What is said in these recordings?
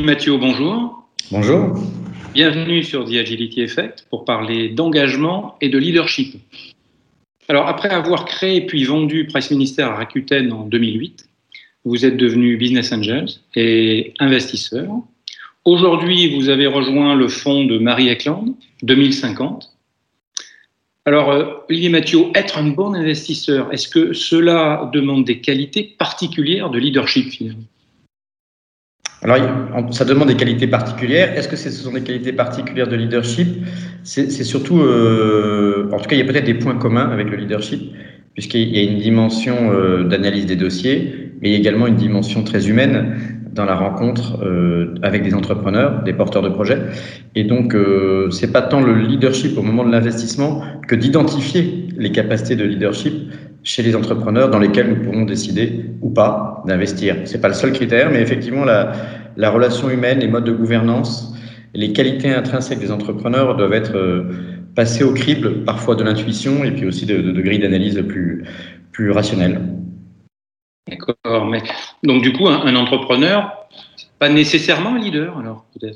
Mathieu, bonjour. Bonjour. Bienvenue sur The Agility Effect pour parler d'engagement et de leadership. Alors, après avoir créé puis vendu Price Minister à Rakuten en 2008, vous êtes devenu business angel et investisseur. Aujourd'hui, vous avez rejoint le fonds de Marie Eklund, 2050. Alors, Olivier Mathieu, être un bon investisseur, est-ce que cela demande des qualités particulières de leadership finalement ? Alors, ça demande des qualités particulières. Est-ce que ce sont des qualités particulières de leadership ? C'est surtout, en tout cas, il y a peut-être des points communs avec le leadership, puisqu'il y a une dimension d'analyse des dossiers, mais il y a également une dimension très humaine dans la rencontre avec des entrepreneurs, des porteurs de projets. Et donc, c'est pas tant le leadership au moment de l'investissement que d'identifier les capacités de leadership chez les entrepreneurs dans lesquels nous pourrons décider ou pas d'investir. C'est pas le seul critère, mais effectivement, la relation humaine, les modes de gouvernance, les qualités intrinsèques des entrepreneurs doivent être passées au crible, parfois de l'intuition et puis aussi de grilles d'analyse plus rationnelles. D'accord, mais donc du coup, un entrepreneur, pas nécessairement un leader, alors peut-être.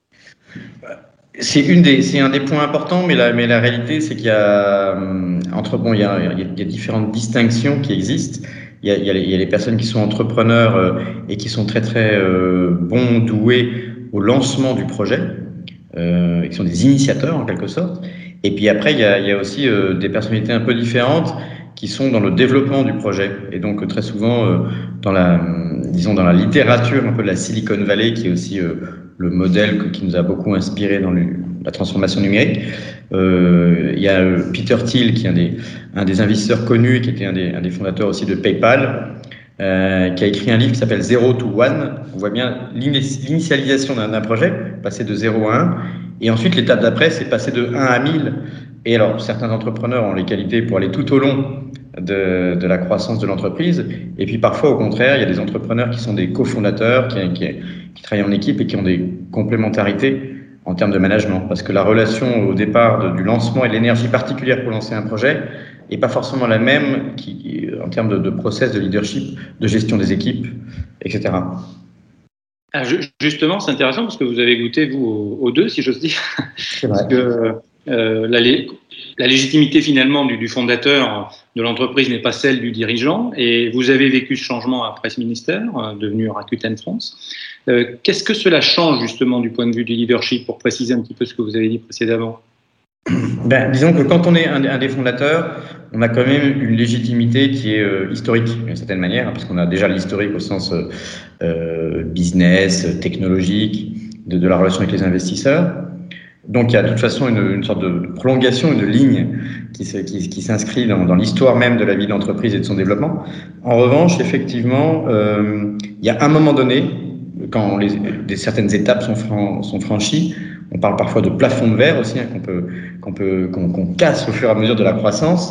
C'est un des points importants, mais la réalité, c'est qu'il y a il y a différentes distinctions qui existent. Il y a les personnes qui sont entrepreneurs et qui sont très très bons, doués au lancement du projet, qui sont des initiateurs en quelque sorte. Et puis après, il y a aussi des personnalités un peu différentes qui sont dans le développement du projet. Et donc très souvent dans la littérature un peu de la Silicon Valley, qui est aussi le modèle qui nous a beaucoup inspiré dans la transformation numérique. Il y a Peter Thiel, qui est un des investisseurs connus, qui était un des fondateurs aussi de PayPal, qui a écrit un livre qui s'appelle Zero to One. On voit bien l'initialisation d'un projet, passer de 0 à 1. Et ensuite, l'étape d'après, c'est passer de 1 à 1000. Et alors, certains entrepreneurs ont les qualités pour aller tout au long de la croissance de l'entreprise. Et puis parfois, au contraire, il y a des entrepreneurs qui sont des cofondateurs, qui travaillent en équipe et qui ont des complémentarités en termes de management. Parce que la relation au départ du lancement et l'énergie particulière pour lancer un projet n'est pas forcément la même en termes de process de leadership, de gestion des équipes, etc. Ah, justement, c'est intéressant parce que vous avez goûté, vous, aux deux, si j'ose dire. C'est vrai. Parce que la légitimité finalement du fondateur de l'entreprise n'est pas celle du dirigeant, et vous avez vécu ce changement à Price Minister, devenu Rakuten France. Qu'est-ce que cela change justement du point de vue du leadership, pour préciser un petit peu ce que vous avez dit précédemment? Disons que quand on est un des fondateurs, on a quand même une légitimité qui est historique, d'une certaine manière, parce qu'on a déjà l'historique au sens business, technologique, de la relation avec les investisseurs. Donc il y a de toute façon une sorte de prolongation, une ligne qui s'inscrit dans l'histoire même de la vie de l'entreprise et de son développement. En revanche, effectivement, il y a un moment donné, quand certaines étapes sont franchies, on parle parfois de plafond de verre aussi, qu'on casse au fur et à mesure de la croissance.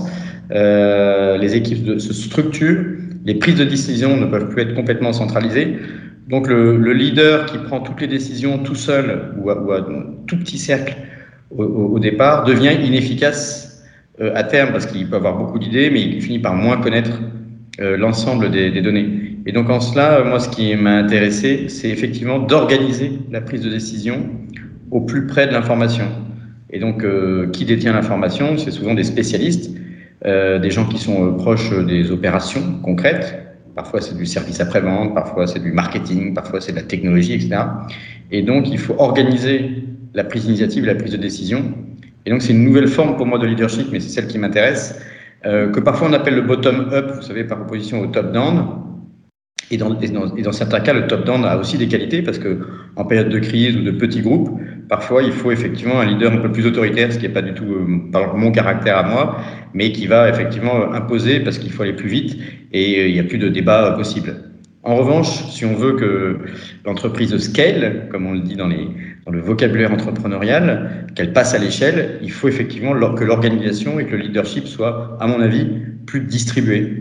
Les équipes se structurent, les prises de décision ne peuvent plus être complètement centralisées. Donc le leader qui prend toutes les décisions tout seul ou à un tout petit cercle au départ devient inefficace à terme, parce qu'il peut avoir beaucoup d'idées, mais il finit par moins connaître l'ensemble des données. Et donc en cela, moi, ce qui m'a intéressé, c'est effectivement d'organiser la prise de décision au plus près de l'information. Et donc, qui détient l'information? C'est souvent des spécialistes, des gens qui sont proches des opérations concrètes. Parfois, c'est du service après-vente, parfois, c'est du marketing, parfois, c'est de la technologie, etc. Et donc, il faut organiser la prise d'initiative et la prise de décision. Et donc, c'est une nouvelle forme pour moi de leadership, mais c'est celle qui m'intéresse, que parfois on appelle le bottom-up, vous savez, par opposition au top-down. Et dans certains cas, le top-down a aussi des qualités, parce qu'en période de crise ou de petits groupes, parfois il faut effectivement un leader un peu plus autoritaire, ce qui n'est pas du tout par mon caractère à moi, mais qui va effectivement imposer parce qu'il faut aller plus vite et il n'y a plus de débat possible. En revanche, si on veut que l'entreprise scale, comme on le dit dans le vocabulaire entrepreneurial, qu'elle passe à l'échelle, il faut effectivement que l'organisation et que le leadership soient, à mon avis, plus distribués.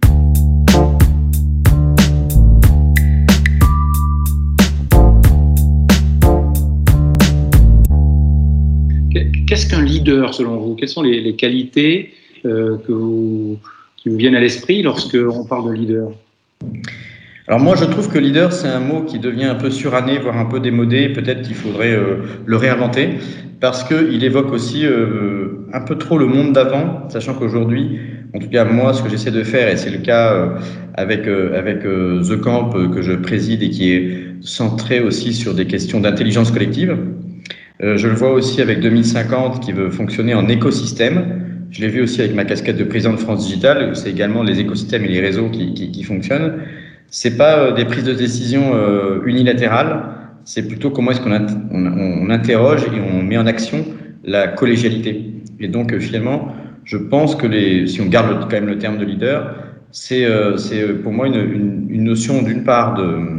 Qu'est-ce qu'un leader selon vous? Quelles sont les qualités qui vous viennent à l'esprit lorsqu'on parle de leader? Alors moi, je trouve que leader, c'est un mot qui devient un peu suranné, voire un peu démodé. Peut-être qu'il faudrait le réinventer, parce qu'il évoque aussi un peu trop le monde d'avant, sachant qu'aujourd'hui, en tout cas moi, ce que j'essaie de faire, et c'est le cas avec The Camp que je préside et qui est centré aussi sur des questions d'intelligence collective. Je le vois aussi avec 2050 qui veut fonctionner en écosystème. Je l'ai vu aussi avec ma casquette de président de France Digital. C'est également les écosystèmes et les réseaux qui fonctionnent. C'est pas des prises de décision unilatérales. C'est plutôt comment est-ce on interroge et on met en action la collégialité. Et donc finalement, je pense que si on garde quand même le terme de leader, c'est pour moi une notion d'une part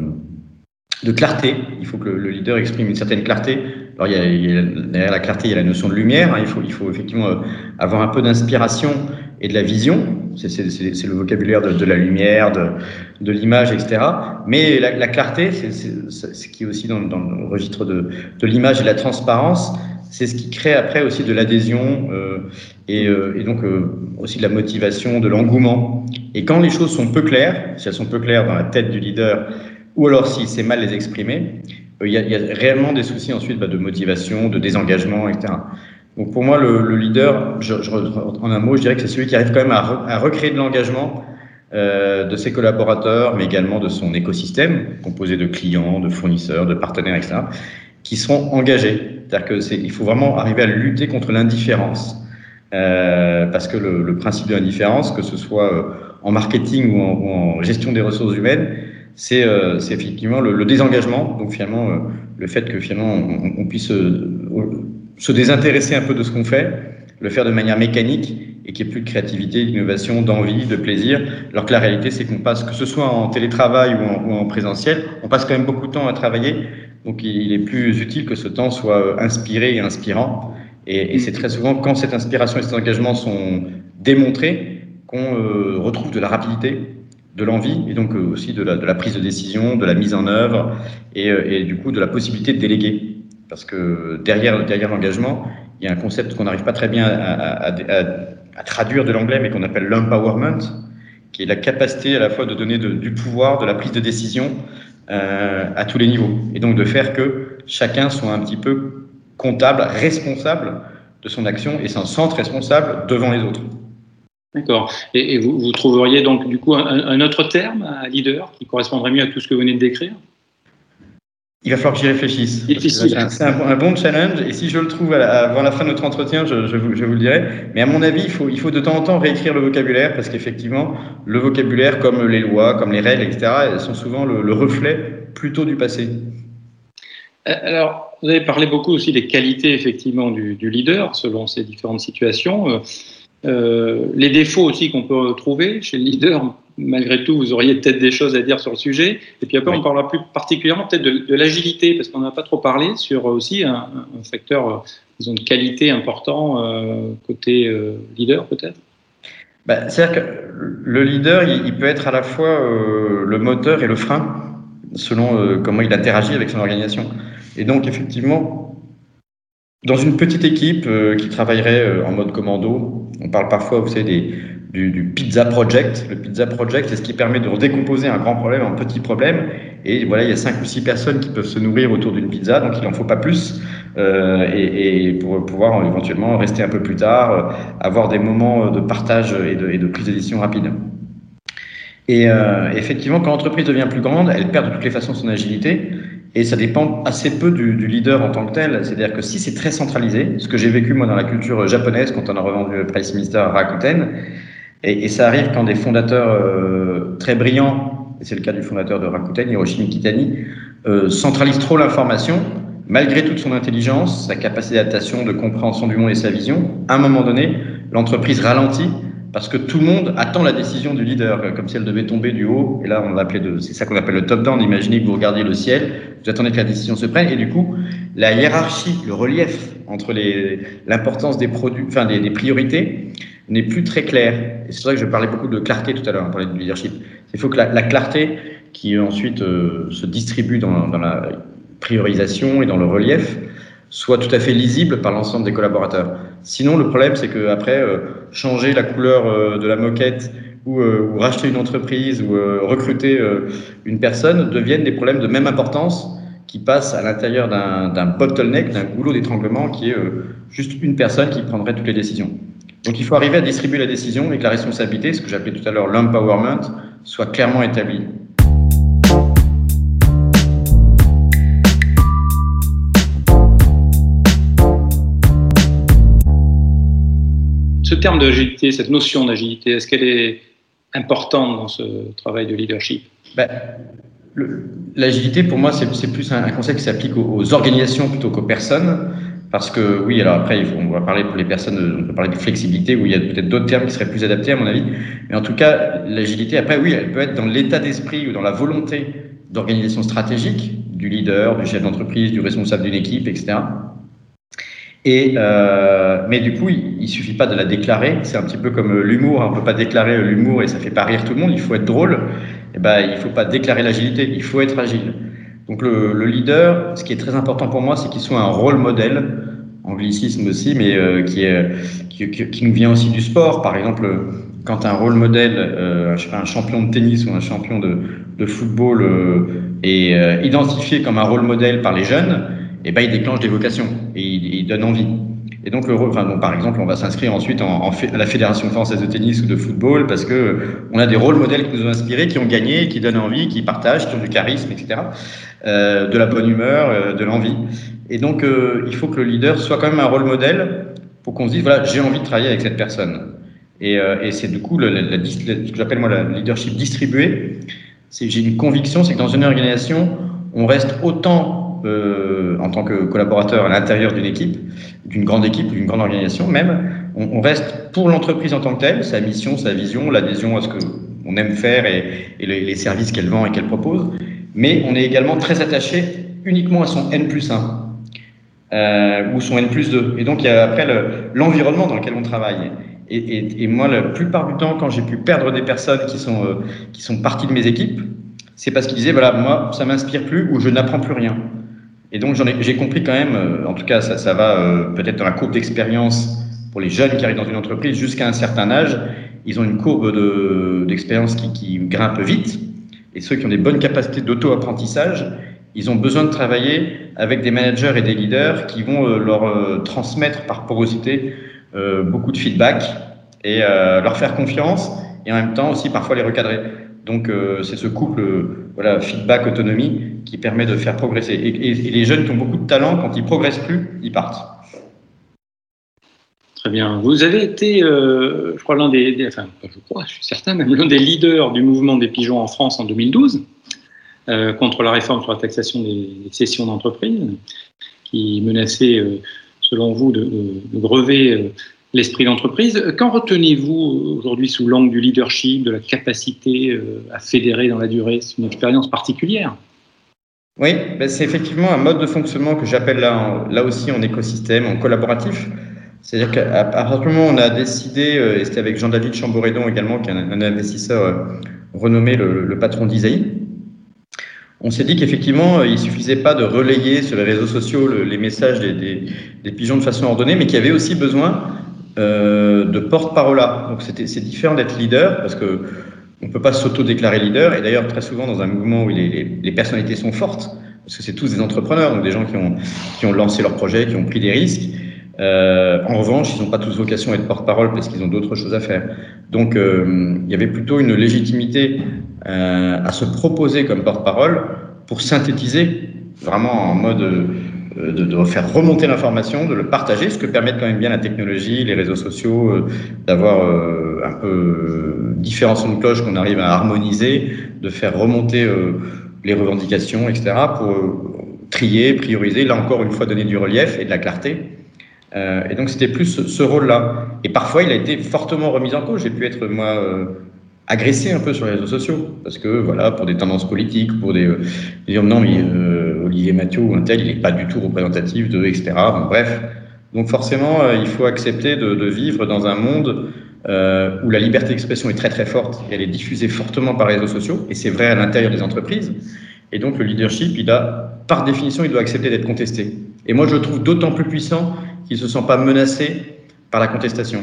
de clarté. Il faut que le leader exprime une certaine clarté. Alors, derrière la clarté, il y a la notion de lumière. Hein. Il faut effectivement avoir un peu d'inspiration et de la vision. C'est le vocabulaire de la lumière, de l'image, etc. Mais la clarté, c'est ce qui est aussi dans le registre de l'image et de la transparence. C'est ce qui crée après aussi de l'adhésion et donc aussi de la motivation, de l'engouement. Et quand les choses sont peu claires, si elles sont peu claires dans la tête du leader, ou alors s'il sait mal les exprimer, il y a réellement des soucis ensuite de motivation, de désengagement, etc. Donc pour moi, le leader, en un mot, je dirais que c'est celui qui arrive quand même à recréer de l'engagement de ses collaborateurs, mais également de son écosystème, composé de clients, de fournisseurs, de partenaires, etc., qui seront engagés. C'est-à-dire qu'il faut vraiment arriver à lutter contre l'indifférence. Parce que le principe de l'indifférence, que ce soit en marketing ou en gestion des ressources humaines, c'est effectivement le désengagement. Donc finalement, le fait que finalement on puisse se désintéresser un peu de ce qu'on fait, le faire de manière mécanique et qu'il n'y ait plus de créativité, d'innovation, d'envie, de plaisir. Alors que la réalité, c'est qu'on passe, que ce soit en télétravail ou en présentiel, on passe quand même beaucoup de temps à travailler. Donc il est plus utile que ce temps soit inspiré et inspirant. Et c'est très souvent quand cette inspiration et cet engagement sont démontrés qu'on retrouve de la rapidité, de l'envie et donc aussi de la prise de décision, de la mise en œuvre et du coup de la possibilité de déléguer. Parce que derrière l'engagement, il y a un concept qu'on n'arrive pas très bien à traduire de l'anglais, mais qu'on appelle l'empowerment, qui est la capacité à la fois de donner du pouvoir, de la prise de décision à tous les niveaux. Et donc de faire que chacun soit un petit peu comptable, responsable de son action et s'en sente responsable devant les autres. D'accord. Et vous trouveriez donc du coup un autre terme à leader qui correspondrait mieux à tout ce que vous venez de décrire? Il va falloir que j'y réfléchisse. C'est un bon challenge et si je le trouve avant la fin de notre entretien, je vous le dirai. Mais à mon avis, il faut de temps en temps réécrire le vocabulaire parce qu'effectivement, le vocabulaire, comme les lois, comme les règles, etc., elles sont souvent le reflet plutôt du passé. Alors, vous avez parlé beaucoup aussi des qualités effectivement du leader selon ces différentes situations. Les défauts aussi qu'on peut trouver chez le leader, malgré tout, vous auriez peut-être des choses à dire sur le sujet. Et puis après, on parlera plus particulièrement peut-être de l'agilité, parce qu'on n'a pas trop parlé sur aussi un facteur disons, de qualité important côté leader peut-être. C'est-à-dire que le leader, il peut être à la fois le moteur et le frein, selon comment il interagit avec son organisation. Et donc, effectivement, dans une petite équipe qui travaillerait en mode commando, on parle parfois, vous savez, du pizza project. Le pizza project, c'est ce qui permet de redécomposer un grand problème en petits problèmes. Et voilà, il y a 5 ou 6 personnes qui peuvent se nourrir autour d'une pizza, donc il n'en faut pas plus. Et pour pouvoir éventuellement rester un peu plus tard, avoir des moments de partage et de prise de décision rapide. Et effectivement, quand l'entreprise devient plus grande, elle perd de toutes les façons son agilité. Et ça dépend assez peu du leader en tant que tel. C'est-à-dire que si c'est très centralisé, ce que j'ai vécu moi dans la culture japonaise quand on a revendu Price Minister à Rakuten, et ça arrive quand des fondateurs très brillants, et c'est le cas du fondateur de Rakuten, Hiroshi Mikitani, centralisent trop l'information, malgré toute son intelligence, sa capacité d'adaptation, de compréhension du monde et sa vision, à un moment donné, l'entreprise ralentit parce que tout le monde attend la décision du leader, comme si elle devait tomber du haut. Et là, c'est ça qu'on appelle le top-down. Imaginez que vous regardiez le ciel, vous attendez que la décision se prenne, et du coup, la hiérarchie, le relief entre l'importance des produits, enfin des priorités, n'est plus très clair. Et c'est vrai que je parlais beaucoup de clarté tout à l'heure, on parlait de leadership. Il faut que la clarté, qui ensuite se distribue dans la priorisation et dans le relief, soit tout à fait lisible par l'ensemble des collaborateurs. Sinon, le problème, c'est qu'après, changer la couleur de la moquette ou racheter une entreprise ou recruter une personne deviennent des problèmes de même importance qui passent à l'intérieur d'un bottleneck, d'un goulot d'étranglement qui est juste une personne qui prendrait toutes les décisions. Donc il faut arriver à distribuer la décision et que la responsabilité, ce que j'appelais tout à l'heure l'empowerment, soit clairement établie. Ce terme d'agilité, cette notion d'agilité, est-ce qu'elle est importante dans ce travail de leadership? L'agilité, pour moi, c'est plus un concept qui s'applique aux organisations plutôt qu'aux personnes. Parce que, oui, alors après, on va parler pour les personnes, on peut parler de flexibilité, où il y a peut-être d'autres termes qui seraient plus adaptés, à mon avis. Mais en tout cas, l'agilité, après, oui, elle peut être dans l'état d'esprit ou dans la volonté d'organisation stratégique du leader, du chef d'entreprise, du responsable d'une équipe, etc. Mais du coup, il ne suffit pas de la déclarer. C'est un petit peu comme l'humour. On ne peut pas déclarer l'humour et ça ne fait pas rire tout le monde. Il faut être drôle. Il ne faut pas déclarer l'agilité. Il faut être agile. Donc le leader, ce qui est très important pour moi, c'est qu'il soit un rôle modèle, anglicisme aussi, mais qui nous vient aussi du sport. Par exemple, quand un rôle modèle, je sais pas, un champion de tennis ou un champion de football est identifié comme un rôle modèle par les jeunes, il déclenche des vocations et il donne envie. Et donc, par exemple, on va s'inscrire ensuite à la Fédération française de tennis ou de football parce qu'on a des rôles modèles qui nous ont inspirés, qui ont gagné, qui donnent envie, qui partagent, qui ont du charisme, etc. De la bonne humeur, de l'envie. Et donc, il faut que le leader soit quand même un rôle modèle pour qu'on se dise, voilà, j'ai envie de travailler avec cette personne. Et c'est du coup ce que j'appelle moi le leadership distribué. J'ai une conviction, c'est que dans une organisation, on reste autant en tant que collaborateur à l'intérieur d'une équipe, d'une grande équipe ou d'une grande organisation même, on reste pour l'entreprise en tant que telle, sa mission, sa vision, l'adhésion à ce qu'on aime faire et les services qu'elle vend et qu'elle propose, mais on est également très attaché uniquement à son N+1 ou son N+2. Et donc il y a après l'environnement dans lequel on travaille. Et moi, la plupart du temps, quand j'ai pu perdre des personnes qui sont parties de mes équipes, c'est parce qu'ils disaient, voilà, moi, ça m'inspire plus ou je n'apprends plus rien. Et donc, j'ai compris quand même, en tout cas, ça va peut-être dans la courbe d'expérience pour les jeunes qui arrivent dans une entreprise jusqu'à un certain âge, ils ont une courbe d'expérience qui grimpe vite. Et ceux qui ont des bonnes capacités d'auto-apprentissage, ils ont besoin de travailler avec des managers et des leaders qui vont leur transmettre par porosité beaucoup de feedback et leur faire confiance et en même temps aussi parfois les recadrer. Donc c'est ce couple feedback-autonomie qui permet de faire progresser. Et les jeunes qui ont beaucoup de talent, quand ils ne progressent plus, ils partent. Très bien. Vous avez été, je crois, je suis certain, même l'un des leaders du mouvement des pigeons en France en 2012, contre la réforme sur la taxation des cessions d'entreprise, qui menaçait, selon vous, de grever l'esprit d'entreprise. Qu'en retenez-vous aujourd'hui sous l'angle du leadership, de la capacité à fédérer dans la durée? C'est une expérience particulière. Oui, c'est effectivement un mode de fonctionnement que j'appelle là aussi en écosystème, en collaboratif. C'est-à-dire qu'à partir du moment où on a décidé, et c'était avec Jean-David Chamboredon également, qui est un investisseur renommé, le patron d'Isaïe, on s'est dit qu'effectivement, il ne suffisait pas de relayer sur les réseaux sociaux les messages des pigeons de façon ordonnée, mais qu'il y avait aussi besoin de porte-parole. Donc c'est différent d'être leader, parce que on ne peut pas s'auto-déclarer leader, et d'ailleurs très souvent dans un mouvement où les personnalités sont fortes, parce que c'est tous des entrepreneurs, donc des gens qui ont lancé leurs projets, qui ont pris des risques. En revanche, ils n'ont pas tous vocation à être porte-parole parce qu'ils ont d'autres choses à faire. Donc il y avait plutôt une légitimité à se proposer comme porte-parole pour synthétiser vraiment en mode de faire remonter l'information, de le partager, ce que permettent quand même bien la technologie, les réseaux sociaux, d'avoir un peu différents sons de cloche qu'on arrive à harmoniser, de faire remonter les revendications, etc., pour trier, prioriser, là encore une fois donner du relief et de la clarté. Et donc c'était plus ce rôle-là. Et parfois il a été fortement remis en cause. J'ai pu être moi agressé un peu sur les réseaux sociaux parce que voilà, pour des tendances politiques, pour dire non mais Olivier Mathieu ou un tel, il n'est pas du tout représentatif de etc. Bon, bref. Donc forcément il faut accepter de vivre dans un monde où la liberté d'expression est très très forte et elle est diffusée fortement par les réseaux sociaux et c'est vrai à l'intérieur des entreprises. Et donc le leadership il a par définition, il doit accepter d'être contesté. Et moi, je le trouve d'autant plus puissant qu'il ne se sent pas menacé par la contestation.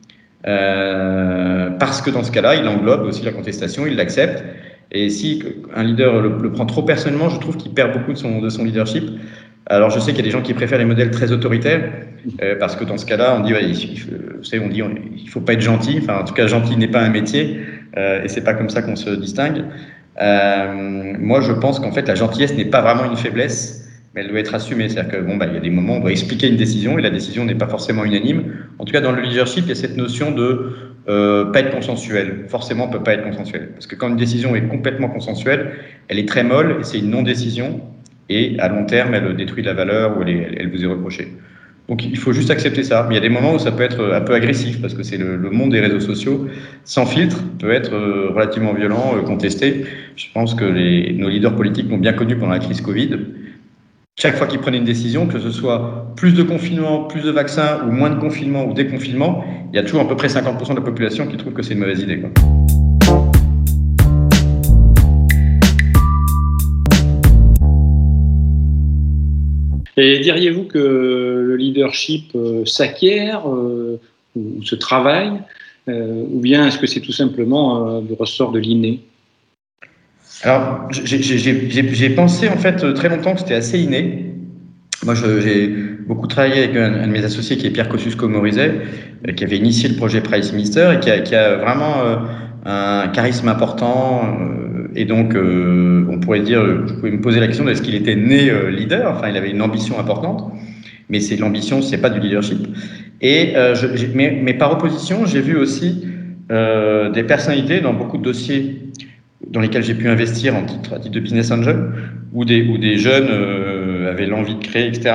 Parce que dans ce cas-là, il englobe aussi la contestation, il l'accepte. Et si un leader le prend trop personnellement, je trouve qu'il perd beaucoup de son leadership. Alors, je sais qu'il y a des gens qui préfèrent les modèles très autoritaires, parce que dans ce cas-là, on dit, ouais, il faut pas être gentil. Enfin, en tout cas, gentil n'est pas un métier, et c'est pas comme ça qu'on se distingue. Moi, je pense qu'en fait, la gentillesse n'est pas vraiment une faiblesse, mais elle doit être assumée. C'est-à-dire que il y a des moments où on doit expliquer une décision, et la décision n'est pas forcément unanime. En tout cas, dans le leadership, il y a cette notion de pas être consensuel. Forcément, on peut pas être consensuel, parce que quand une décision est complètement consensuelle, elle est très molle, et c'est une non-décision. Et à long terme, elle détruit la valeur ou elle vous est reprochée. Donc il faut juste accepter ça. Mais il y a des moments où ça peut être un peu agressif, parce que c'est le monde des réseaux sociaux, sans filtre, peut être relativement violent, contesté. Je pense que nos leaders politiques l'ont bien connu pendant la crise Covid. Chaque fois qu'ils prenaient une décision, que ce soit plus de confinement, plus de vaccins, ou moins de confinement ou déconfinement, il y a toujours à peu près 50% de la population qui trouve que c'est une mauvaise idée, quoi. Et diriez-vous que le leadership s'acquiert ou se travaille, ou bien est-ce que c'est tout simplement du ressort de l'inné? Alors, j'ai pensé en fait très longtemps que c'était assez inné. Moi, j'ai beaucoup travaillé avec un de mes associés qui est Pierre Kosciusko-Morizet, qui avait initié le projet Price Minister et qui a vraiment un charisme important. Et donc, on pourrait dire, je pouvais me poser la question de est-ce qu'il était né leader. Enfin, il avait une ambition importante, mais l'ambition, c'est pas du leadership. Et mais par opposition, j'ai vu aussi des personnalités dans beaucoup de dossiers dans lesquels j'ai pu investir à titre de business angel, où des jeunes avaient l'envie de créer, etc.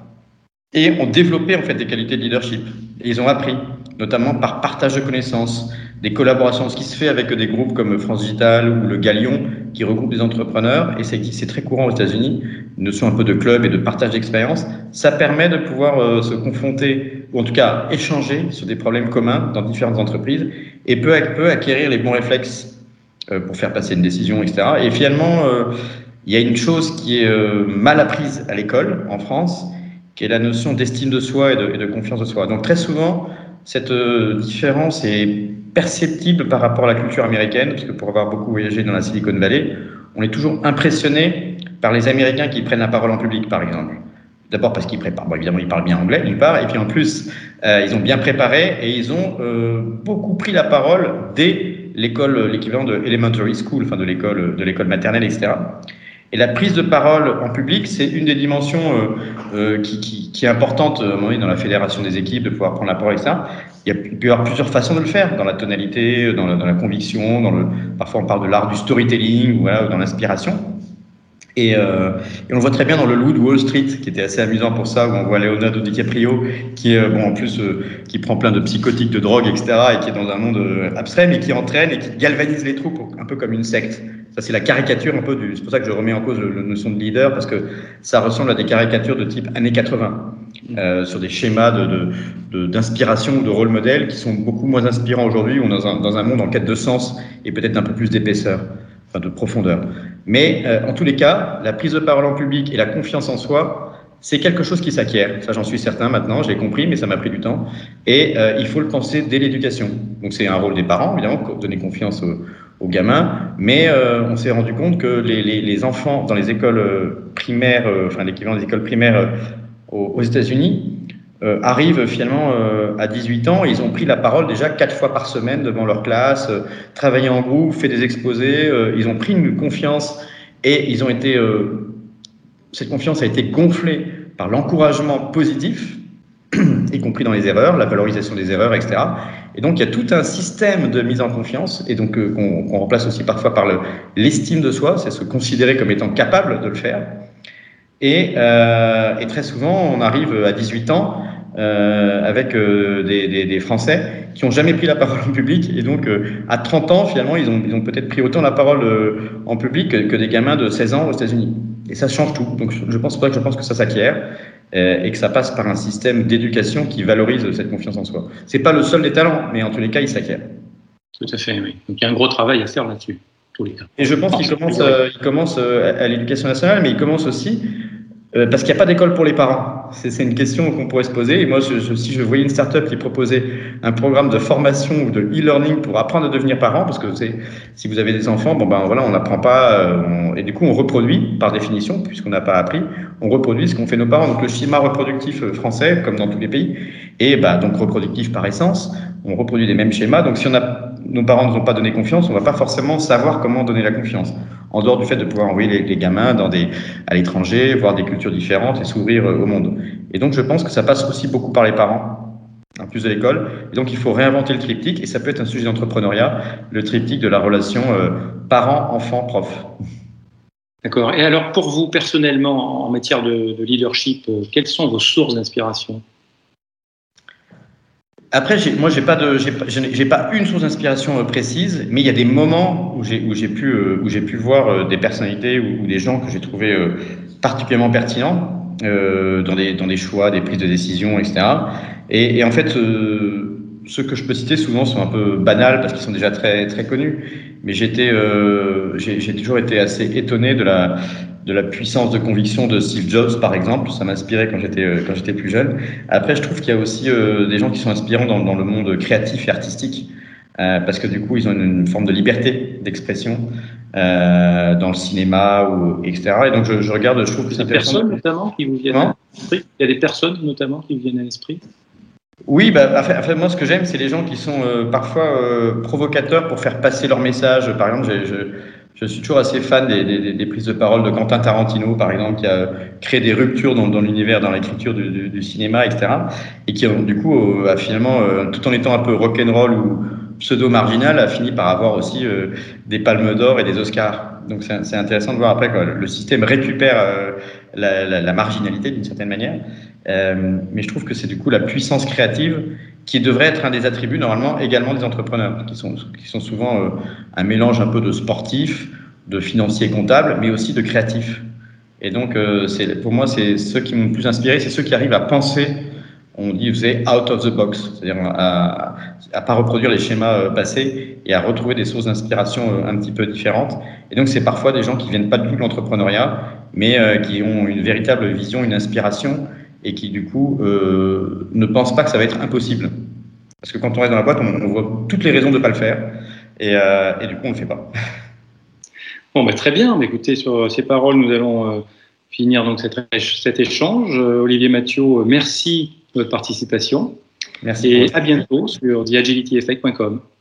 Et ont développé en fait des qualités de leadership. Et ils ont appris, notamment par partage de connaissances, des collaborations, ce qui se fait avec des groupes comme France Digital ou le Galion, qui regroupent des entrepreneurs, et c'est très courant aux États-Unis, une notion un peu de club et de partage d'expérience. Ça permet de pouvoir se confronter, ou en tout cas échanger sur des problèmes communs dans différentes entreprises, et peu à peu acquérir les bons réflexes pour faire passer une décision, etc. Et finalement, il y a une chose qui est mal apprise à l'école en France, qui est la notion d'estime de soi et de confiance de soi. Donc très souvent, cette différence est perceptible par rapport à la culture américaine, parce que pour avoir beaucoup voyagé dans la Silicon Valley, on est toujours impressionné par les Américains qui prennent la parole en public, par exemple. D'abord parce qu'ils préparent, bon, évidemment ils parlent bien anglais d'une part, et puis en plus ils ont bien préparé et ils ont beaucoup pris la parole dès l'école, l'équivalent de elementary school, enfin de l'école maternelle, etc. Et la prise de parole en public, c'est une des dimensions qui est importante à un moment donné dans la fédération des équipes, de pouvoir prendre la parole, etc. Il peut y avoir plusieurs façons de le faire, dans la tonalité, dans la conviction, parfois on parle de l'art du storytelling, ou dans l'inspiration. Et on le voit très bien dans le Loup de Wall Street, qui était assez amusant pour ça, où on voit Leonardo DiCaprio, qui est en plus qui prend plein de psychotiques, de drogue, etc., et qui est dans un monde abstrait, mais qui entraîne et qui galvanise les troupes, un peu comme une secte. Ça, c'est la caricature un peu c'est pour ça que je remets en cause la notion de leader, parce que ça ressemble à des caricatures de type années 80, sur des schémas d'inspiration ou de rôle modèle qui sont beaucoup moins inspirants aujourd'hui, où on est dans un monde en quête de sens et peut-être d'un peu plus d'épaisseur, enfin de profondeur. Mais en tous les cas, la prise de parole en public et la confiance en soi, c'est quelque chose qui s'acquiert. Ça, j'en suis certain maintenant, j'ai compris, mais ça m'a pris du temps. Et il faut le penser dès l'éducation. Donc c'est un rôle des parents, évidemment, pour donner confiance aux gamins, mais on s'est rendu compte que les enfants dans les écoles primaires, enfin l'équivalent des écoles primaires aux États-Unis, arrivent finalement à 18 ans et ils ont pris la parole déjà 4 fois par semaine devant leur classe, travaillé en groupe, fait des exposés, ils ont pris une confiance et ils ont été, cette confiance a été gonflée par l'encouragement positif, y compris dans les erreurs, la valorisation des erreurs, etc. Et donc il y a tout un système de mise en confiance et donc qu'on remplace aussi parfois par l'estime de soi, c'est se considérer comme étant capable de le faire. Et très souvent, on arrive à 18 ans avec des Français qui n'ont jamais pris la parole en public. Et donc, à 30 ans, finalement, ils ont peut-être pris autant la parole en public que des gamins de 16 ans aux États-Unis. Et ça change tout. Donc, je pense que ça s'acquiert et que ça passe par un système d'éducation qui valorise cette confiance en soi. C'est pas le seul des talents, mais en tous les cas, il s'acquiert. Tout à fait, oui. Donc, il y a un gros travail à faire là-dessus. tous les cas. Et je pense qu'il commence à l'éducation nationale, mais il commence aussi parce qu'il n'y a pas d'école pour les parents. C'est une question qu'on pourrait se poser. Et moi, si je voyais une start-up qui proposait un programme de formation ou de e-learning pour apprendre à devenir parent, parce que si vous avez des enfants, on n'apprend pas, et du coup, on reproduit par définition, puisqu'on n'a pas appris, on reproduit ce qu'ont fait nos parents. Donc, le schéma reproductif français, comme dans tous les pays, est donc reproductif par essence. On reproduit les mêmes schémas. Donc, si nos parents ne nous ont pas donné confiance, on ne va pas forcément savoir comment donner la confiance. En dehors du fait de pouvoir envoyer les gamins à l'étranger, voir des cultures différentes et s'ouvrir au monde. Et donc, je pense que ça passe aussi beaucoup par les parents, en plus de l'école. Et donc, il faut réinventer le triptyque, et ça peut être un sujet d'entrepreneuriat, le triptyque de la relation parent, enfant, prof. D'accord. Et alors, pour vous, personnellement, en matière de leadership, quelles sont vos sources d'inspiration ? Après, moi, j'ai pas une source d'inspiration précise, mais il y a des moments où j'ai pu voir des personnalités ou des gens que j'ai trouvés particulièrement pertinents dans des choix, des prises de décision, etc. Et en fait, ceux que je peux citer souvent sont un peu banals parce qu'ils sont déjà très très connus. Mais j'ai toujours été assez étonné de la puissance de conviction de Steve Jobs, par exemple. Ça m'inspirait quand j'étais plus jeune. Après, je trouve qu'il y a aussi des gens qui sont inspirants dans le monde créatif et artistique, parce que du coup, ils ont une forme de liberté d'expression dans le cinéma, etc. Et donc, je regarde, je trouve que c'est intéressant. Personnes, notamment, qui vous viennent à l'esprit ? Il y a des personnes, notamment, qui vous viennent à l'esprit ? Oui, moi, ce que j'aime, c'est les gens qui sont parfois provocateurs pour faire passer leur message. Par exemple, je suis toujours assez fan des prises de parole de Quentin Tarantino, par exemple, qui a créé des ruptures dans l'univers, dans l'écriture du cinéma, etc. Et qui, du coup, a finalement, tout en étant un peu rock'n'roll ou pseudo-marginal, a fini par avoir aussi des palmes d'or et des Oscars. Donc, c'est intéressant de voir après que le système récupère la marginalité d'une certaine manière. Mais je trouve que c'est du coup la puissance créative qui devrait être un des attributs normalement également des entrepreneurs, qui sont souvent un mélange un peu de sportifs, de financiers comptables, mais aussi de créatifs. Et donc, pour moi, c'est ceux qui m'ont le plus inspiré, c'est ceux qui arrivent à penser, on dit, vous savez, out of the box, c'est-à-dire à pas reproduire les schémas passés et à retrouver des sources d'inspiration un petit peu différentes. Et donc, c'est parfois des gens qui viennent pas du tout de l'entrepreneuriat, mais qui ont une véritable vision, une inspiration, et qui du coup ne pensent pas que ça va être impossible. Parce que quand on reste dans la boîte, on voit toutes les raisons de ne pas le faire, et du coup on ne le fait pas. Bon, très bien. Écoutez, sur ces paroles, nous allons finir donc cet échange. Olivier Mathiot, merci de votre participation. Merci. Et à bientôt sur theagilityeffect.com.